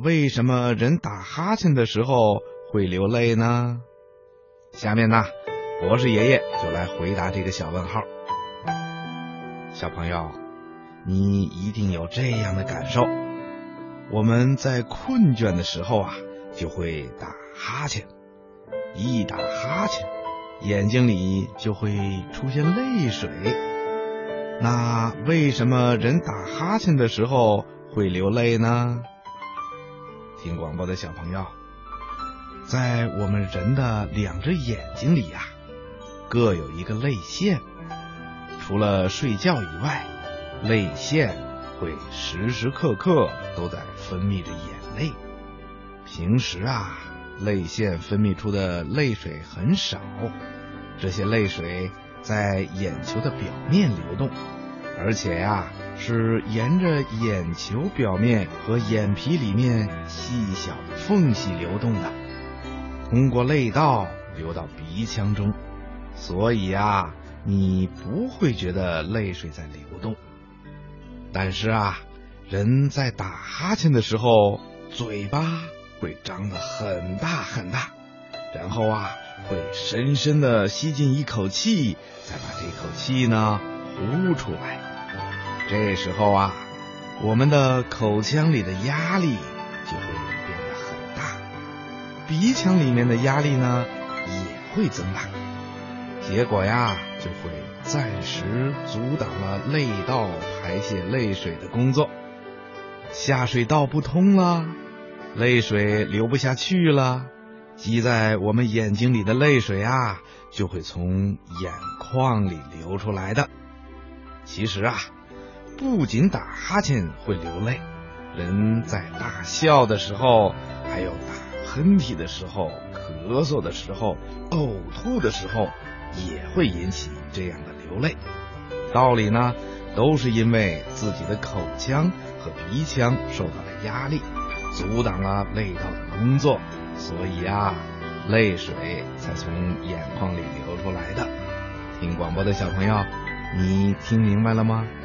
为什么人打哈欠的时候会流泪呢？下面呢，博士爷爷就来回答这个小问号。小朋友，你一定有这样的感受，我们在困倦的时候啊，就会打哈欠，一打哈欠，眼睛里就会出现泪水。那为什么人打哈欠的时候会流泪呢？听广播的小朋友，在我们人的两只眼睛里啊，各有一个泪腺。除了睡觉以外，泪腺会时时刻刻都在分泌着眼泪。平时啊，泪腺分泌出的泪水很少，这些泪水在眼球的表面流动，而且呀，是沿着眼球表面和眼皮里面细小的缝隙流动的，通过泪道流到鼻腔中，所以啊，你不会觉得泪水在流动。但是啊，人在打哈欠的时候，嘴巴会张得很大很大，然后啊，会深深地吸进一口气，再把这口气呢呼出来。这时候啊，我们的口腔里的压力就会变得很大，鼻腔里面的压力呢也会增大，结果呀，就会暂时阻挡了泪道排泄泪水的工作，下水道不通了，泪水流不下去了，积在我们眼睛里的泪水啊，就会从眼眶里流出来的。其实啊，不仅打哈欠会流泪，人在大笑的时候，还有打喷嚏的时候，咳嗽的时候，呕吐的时候，也会引起这样的流泪。道理呢，都是因为自己的口腔和鼻腔受到了压力，阻挡了泪道的工作，所以啊，泪水才从眼眶里流出来的。听广播的小朋友，你听明白了吗？